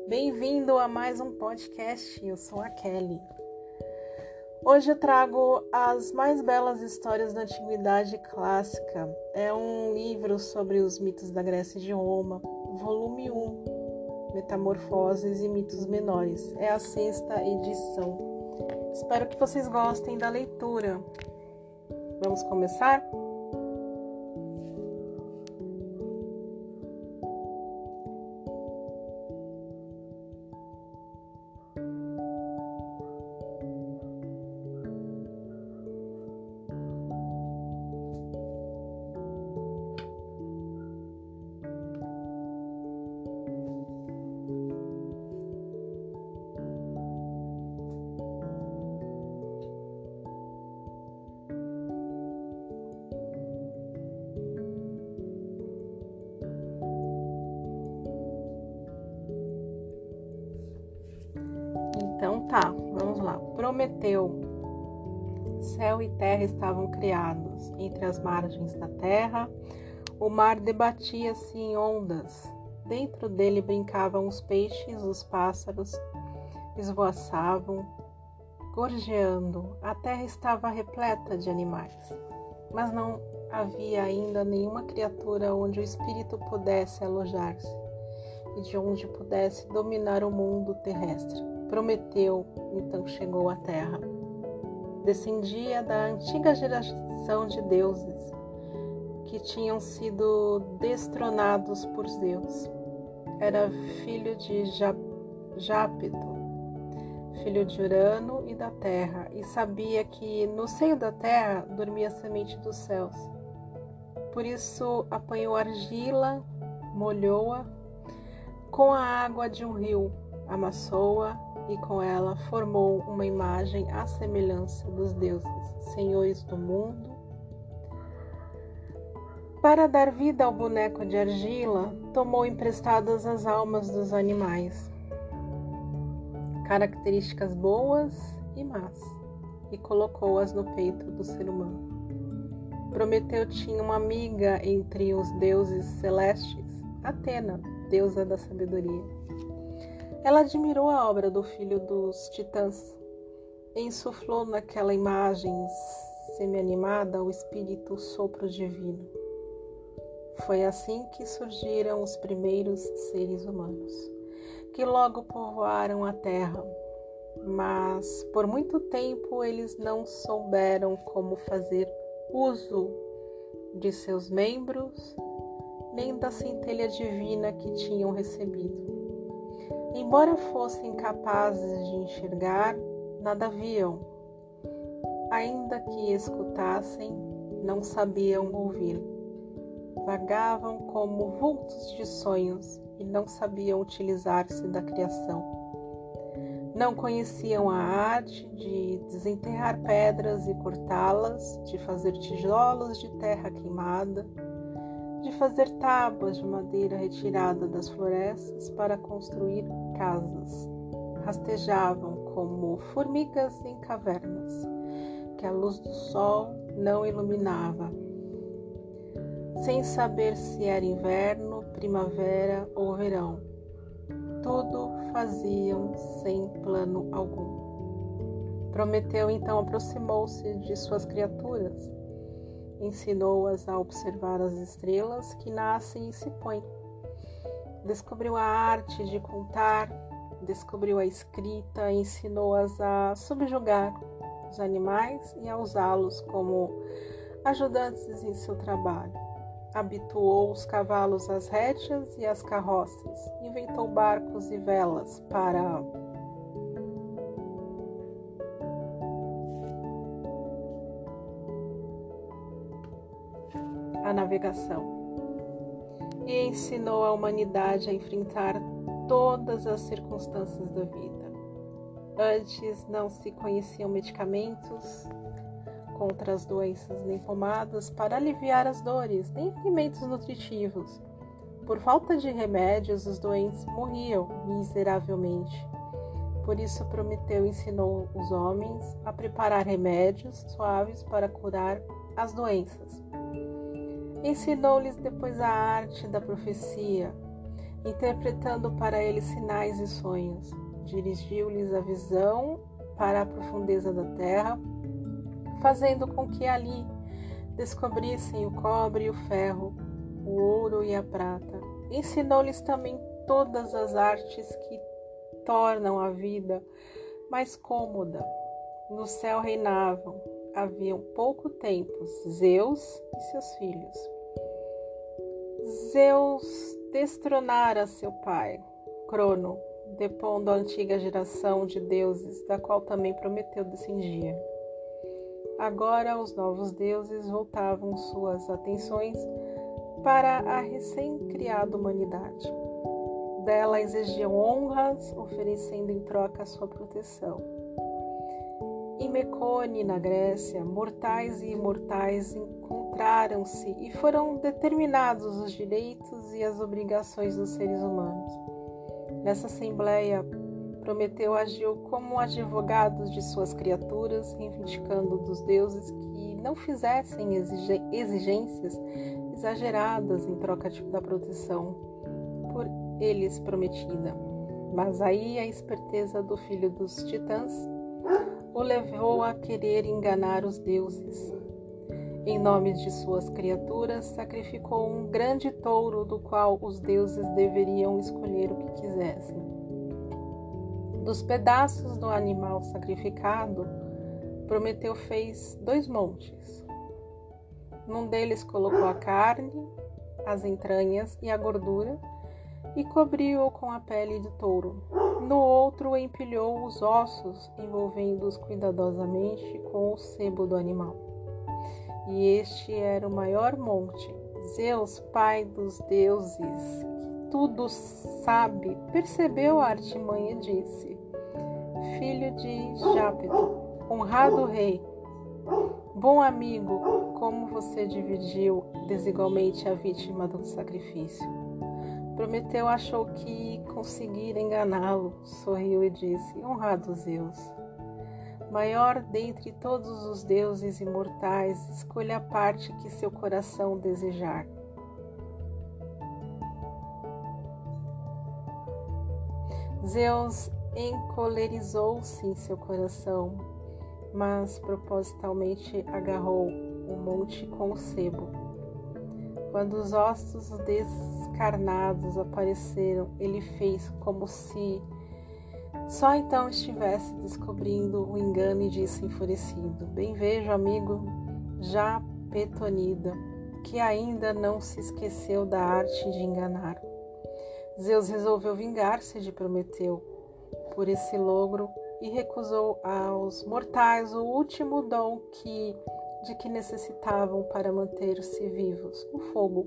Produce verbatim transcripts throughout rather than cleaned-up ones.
Bem-vindo a mais um podcast, eu sou a Kelly. Hoje eu trago as mais belas histórias da Antiguidade Clássica. É um livro sobre os mitos da Grécia e de Roma, volume um, Metamorfoses e Mitos Menores. É a sexta edição. Espero que vocês gostem da leitura. Vamos começar? Então tá, vamos lá. Prometeu. Céu e terra estavam criados. Entre as margens da terra, o mar debatia-se em ondas. Dentro dele brincavam os peixes, os pássaros esvoaçavam, gorjeando. A terra estava repleta de animais. Mas não havia ainda nenhuma criatura onde o espírito pudesse alojar-se e de onde pudesse dominar o mundo terrestre. Prometeu, então chegou à terra. Descendia da antiga geração de deuses que tinham sido destronados por Zeus. Era filho de Jápeto, filho de Urano e da terra, e sabia que no seio da terra dormia a semente dos céus. Por isso apanhou argila, molhou-a com a água de um rio, amassou-a e com ela formou uma imagem à semelhança dos deuses, senhores do mundo. Para dar vida ao boneco de argila, tomou emprestadas as almas dos animais, características boas e más, e colocou-as no peito do ser humano. Prometeu tinha uma amiga entre os deuses celestes, Atena, deusa da sabedoria. Ela admirou a obra do filho dos titãs e insuflou naquela imagem semi-animada o espírito sopro divino. Foi assim que surgiram os primeiros seres humanos, que logo povoaram a terra, mas por muito tempo eles não souberam como fazer uso de seus membros, nem da centelha divina que tinham recebido. Embora fossem capazes de enxergar, nada viam. Ainda que escutassem, não sabiam ouvir. Vagavam como vultos de sonhos e não sabiam utilizar-se da criação. Não conheciam a arte de desenterrar pedras e cortá-las, de fazer tijolos de terra queimada, de fazer tábuas de madeira retirada das florestas para construir casas. Rastejavam como formigas em cavernas, que a luz do sol não iluminava, sem saber se era inverno, primavera ou verão. Tudo faziam sem plano algum. Prometeu então aproximou-se de suas criaturas, ensinou-as a observar as estrelas que nascem e se põem. Descobriu a arte de contar, descobriu a escrita, ensinou-as a subjugar os animais e a usá-los como ajudantes em seu trabalho. Habituou os cavalos às rédeas e às carroças, inventou barcos e velas para a navegação e ensinou a humanidade a enfrentar todas as circunstâncias da vida. Antes não se conheciam medicamentos contra as doenças, nem pomadas para aliviar as dores, nem alimentos nutritivos. Por falta de remédios, os doentes morriam miseravelmente. Por isso Prometeu ensinou os homens a preparar remédios suaves para curar as doenças. Ensinou-lhes depois a arte da profecia, interpretando para eles sinais e sonhos. Dirigiu-lhes a visão para a profundeza da terra, fazendo com que ali descobrissem o cobre e o ferro, o ouro e a prata. Ensinou-lhes também todas as artes que tornam a vida mais cômoda. No céu reinavam, haviam pouco tempo, Zeus e seus filhos. Zeus destronara seu pai, Crono, depondo a antiga geração de deuses, da qual também Prometeu descendia. Agora os novos deuses voltavam suas atenções para a recém-criada humanidade. Dela exigiam honras, oferecendo em troca a sua proteção. Em Mecone, na Grécia, mortais e imortais encontraram-se e foram determinados os direitos e as obrigações dos seres humanos. Nessa assembleia, Prometeu agiu como advogado de suas criaturas, reivindicando dos deuses que não fizessem exigências exageradas em troca da proteção por eles prometida. Mas aí a esperteza do filho dos titãs o levou a querer enganar os deuses. Em nome de suas criaturas, sacrificou um grande touro do qual os deuses deveriam escolher o que quisessem. Dos pedaços do animal sacrificado, Prometeu fez dois montes. Num deles colocou a carne, as entranhas e a gordura e cobriu-o com a pele de touro. No outro empilhou os ossos, envolvendo-os cuidadosamente com o sebo do animal. E este era o maior monte. Zeus, pai dos deuses, que tudo sabe, percebeu a artimanha e disse: Filho de Jápeto, honrado rei, bom amigo, como você dividiu desigualmente a vítima do sacrifício. Prometeu achou que conseguira enganá-lo, sorriu e disse: honrado Zeus, maior dentre todos os deuses imortais, escolha a parte que seu coração desejar. Zeus encolerizou-se em seu coração, mas propositalmente agarrou o monte com o sebo. Quando os ossos descarnados apareceram, ele fez como se só então estivesse descobrindo o engano e disse enfurecido: bem vejo, amigo Japetonida, que ainda não se esqueceu da arte de enganar. Zeus resolveu vingar-se de Prometeu por esse logro e recusou aos mortais o último dom que, de que necessitavam para manter-se vivos, o fogo.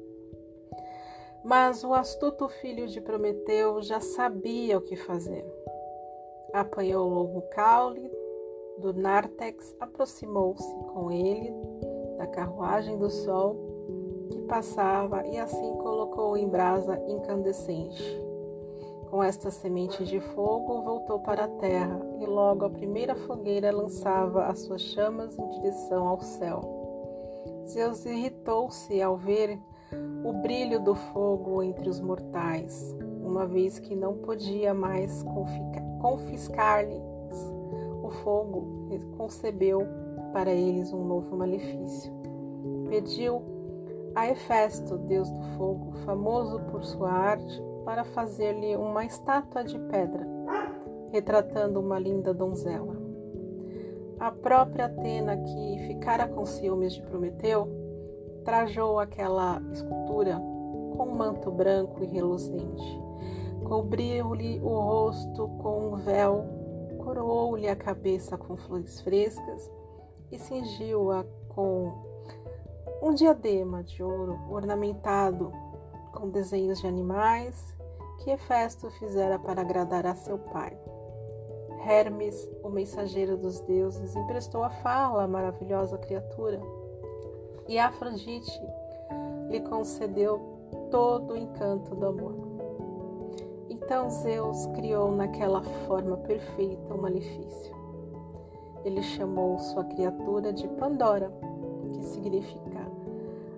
Mas o astuto filho de Prometeu já sabia o que fazer. Apanhou o longo caule do nártex, aproximou-se com ele da carruagem do sol que passava e assim colocou em brasa incandescente. Com esta semente de fogo, voltou para a terra e logo a primeira fogueira lançava as suas chamas em direção ao céu. Zeus irritou-se ao ver o brilho do fogo entre os mortais, uma vez que não podia mais confiscar-lhes o fogo, concebeu para eles um novo malefício. Pediu a Hefesto, deus do fogo, famoso por sua arte, para fazer-lhe uma estátua de pedra, retratando uma linda donzela. A própria Atena, que ficara com ciúmes de Prometeu, trajou aquela escultura com um manto branco e reluzente, cobriu-lhe o rosto com um véu, coroou-lhe a cabeça com flores frescas e cingiu-a com um diadema de ouro ornamentado com desenhos de animais que Hefesto fizera para agradar a seu pai. Hermes, o mensageiro dos deuses, emprestou a fala à maravilhosa criatura e Afrodite lhe concedeu todo o encanto do amor. Então Zeus criou naquela forma perfeita um malefício. Ele chamou sua criatura de Pandora, que significa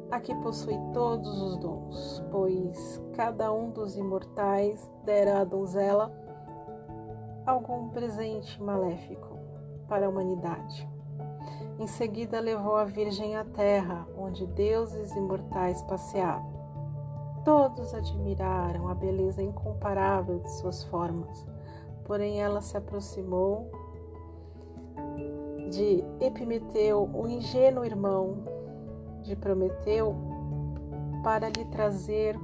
a que possui todos os dons, pois cada um dos imortais dera à donzela algum presente maléfico para a humanidade. Em seguida levou a Virgem à terra, onde deuses imortais passeavam. Todos admiraram a beleza incomparável de suas formas, porém ela se aproximou de Epimeteu, o ingênuo irmão de Prometeu, para lhe trazer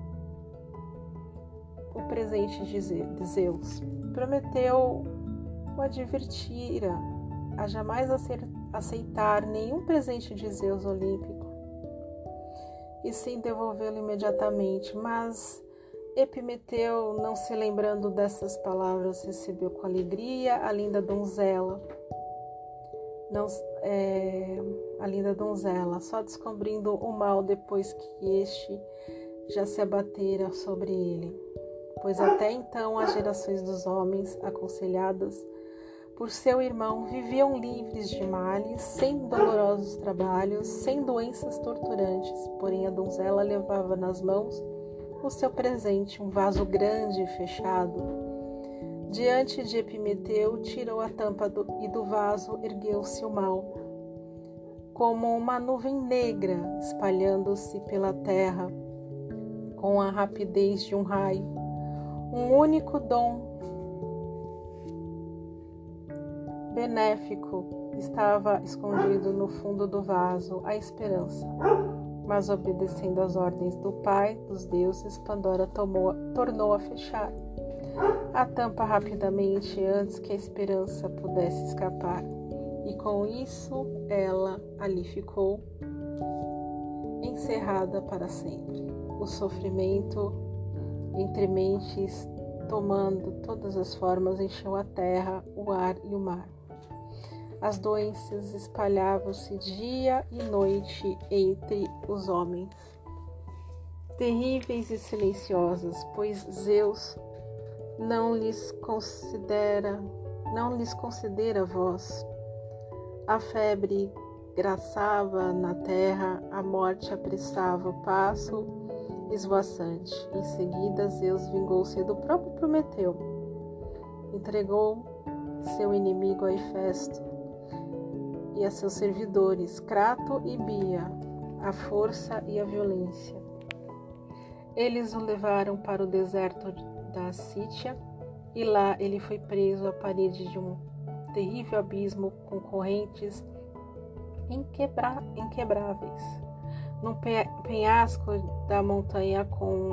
o presente de Zeus. Prometeu o advertira a jamais aceitar nenhum presente de Zeus olímpico, e sim devolvê-lo imediatamente, mas Epimeteu, não se lembrando dessas palavras, recebeu com alegria a linda donzela, não, é, a linda donzela, só descobrindo o mal depois que este já se abatera sobre ele, pois até então as gerações dos homens, aconselhadas por seu irmão, viviam livres de males, sem dolorosos trabalhos, sem doenças torturantes. Porém a donzela levava nas mãos o seu presente, um vaso grande e fechado. Diante de Epimeteu, tirou a tampa do, e do vaso ergueu-se o mal, como uma nuvem negra espalhando-se pela terra com a rapidez de um raio. Um único dom benéfico estava escondido no fundo do vaso, a esperança. Mas, obedecendo às ordens do pai dos deuses, Pandora tomou, tornou a fechar a tampa rapidamente, antes que a esperança pudesse escapar. E com isso, ela ali ficou, encerrada para sempre. O sofrimento entre mentes, tomando todas as formas, encheu a terra, o ar e o mar. As doenças espalhavam-se dia e noite entre os homens, terríveis e silenciosas, pois Zeus não lhes considera, não lhes considera voz. A febre graçava na terra, a morte apressava o passo esvoaçante. Em seguida, Zeus vingou-se do próprio Prometeu, entregou seu inimigo a Hefesto e a seus servidores, Crato e Bia, a força e a violência. Eles o levaram para o deserto da Sítia, e lá ele foi preso à parede de um terrível abismo com correntes inquebra- inquebráveis, num penhasco da montanha com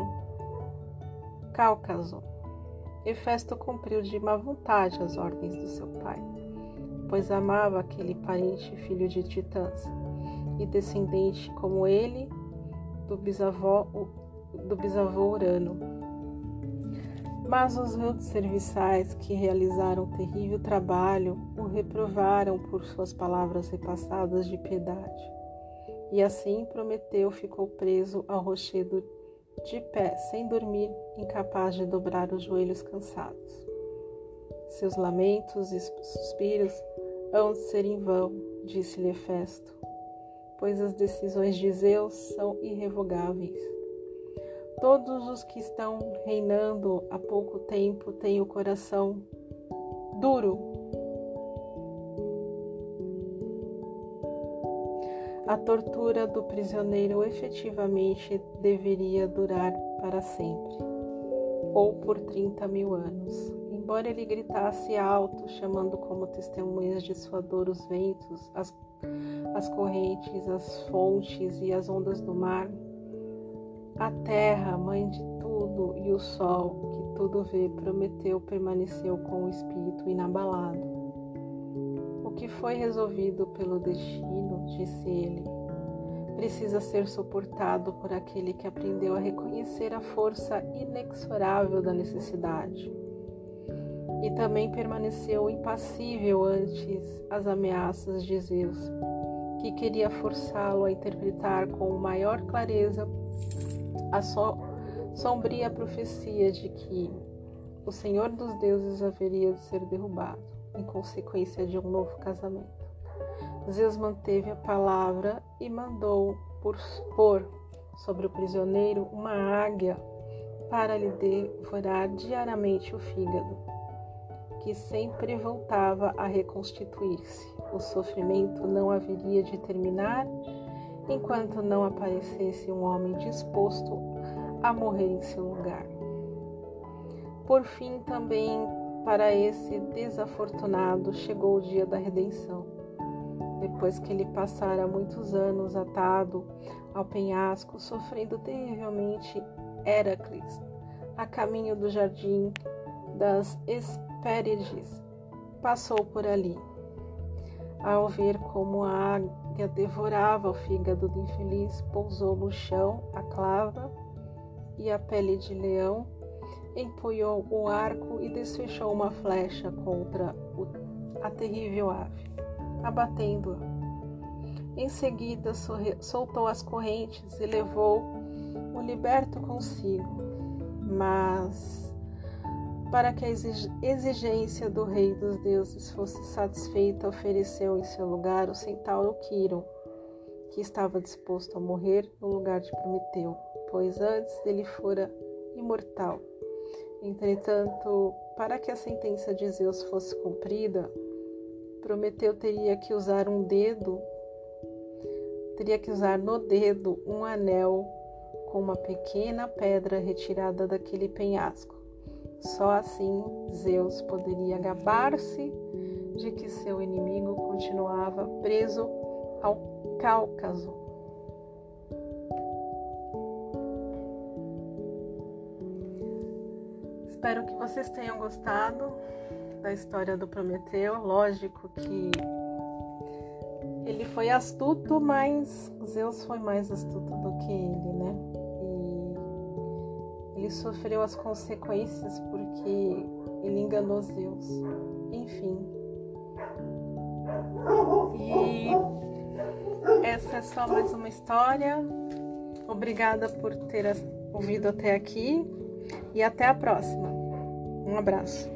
Cáucaso. Hefesto cumpriu de má vontade as ordens do seu pai, pois amava aquele parente filho de Titãs e descendente como ele do bisavô, do bisavô Urano. Mas os rudes serviçais que realizaram um terrível trabalho o reprovaram por suas palavras repassadas de piedade. E assim Prometeu ficou preso ao rochedo de pé, sem dormir, incapaz de dobrar os joelhos cansados. Seus lamentos e suspiros hão de ser em vão, disse-lhe Hefesto, pois as decisões de Zeus são irrevogáveis. Todos os que estão reinando há pouco tempo têm o coração duro. A tortura do prisioneiro efetivamente deveria durar para sempre, ou por trinta mil anos. Embora ele gritasse alto, chamando como testemunhas de sua dor os ventos, as, as correntes, as fontes e as ondas do mar, a terra, mãe de tudo, e o sol, que tudo vê, Prometeu permaneceu com o espírito inabalado. O que foi resolvido pelo destino, disse ele, precisa ser suportado por aquele que aprendeu a reconhecer a força inexorável da necessidade. E também permaneceu impassível ante as ameaças de Zeus, que queria forçá-lo a interpretar com maior clareza a so- sombria profecia de que o Senhor dos deuses haveria de ser derrubado, em consequência de um novo casamento. Zeus manteve a palavra e mandou pôr sobre o prisioneiro uma águia para lhe devorar diariamente o fígado, que sempre voltava a reconstituir-se. O sofrimento não haveria de terminar enquanto não aparecesse um homem disposto a morrer em seu lugar. Por fim, também para esse desafortunado chegou o dia da redenção. Depois que ele passara muitos anos atado ao penhasco, sofrendo terrivelmente, Heracles, a caminho do jardim das Hespérides, passou por ali. Ao ver como a águia devorava o fígado do infeliz, pousou no chão a clava e a pele de leão, empunhou o arco e desfechou uma flecha contra a terrível ave, abatendo-a. Em seguida, soltou as correntes e levou o liberto consigo. Mas, para que a exigência do rei dos deuses fosse satisfeita, ofereceu em seu lugar o centauro Quiron, que estava disposto a morrer no lugar de Prometeu, pois antes ele fora imortal. Entretanto, para que a sentença de Zeus fosse cumprida, Prometeu teria que usar um dedo, teria que usar no dedo um anel com uma pequena pedra retirada daquele penhasco. Só assim Zeus poderia gabar-se de que seu inimigo continuava preso ao Cáucaso. Espero que vocês tenham gostado da história do Prometeu. Lógico que ele foi astuto, mas Zeus foi mais astuto do que ele, né? E ele sofreu as consequências porque ele enganou Zeus. Enfim. E essa é só mais uma história. Obrigada por ter ouvido até aqui e até a próxima. Um abraço.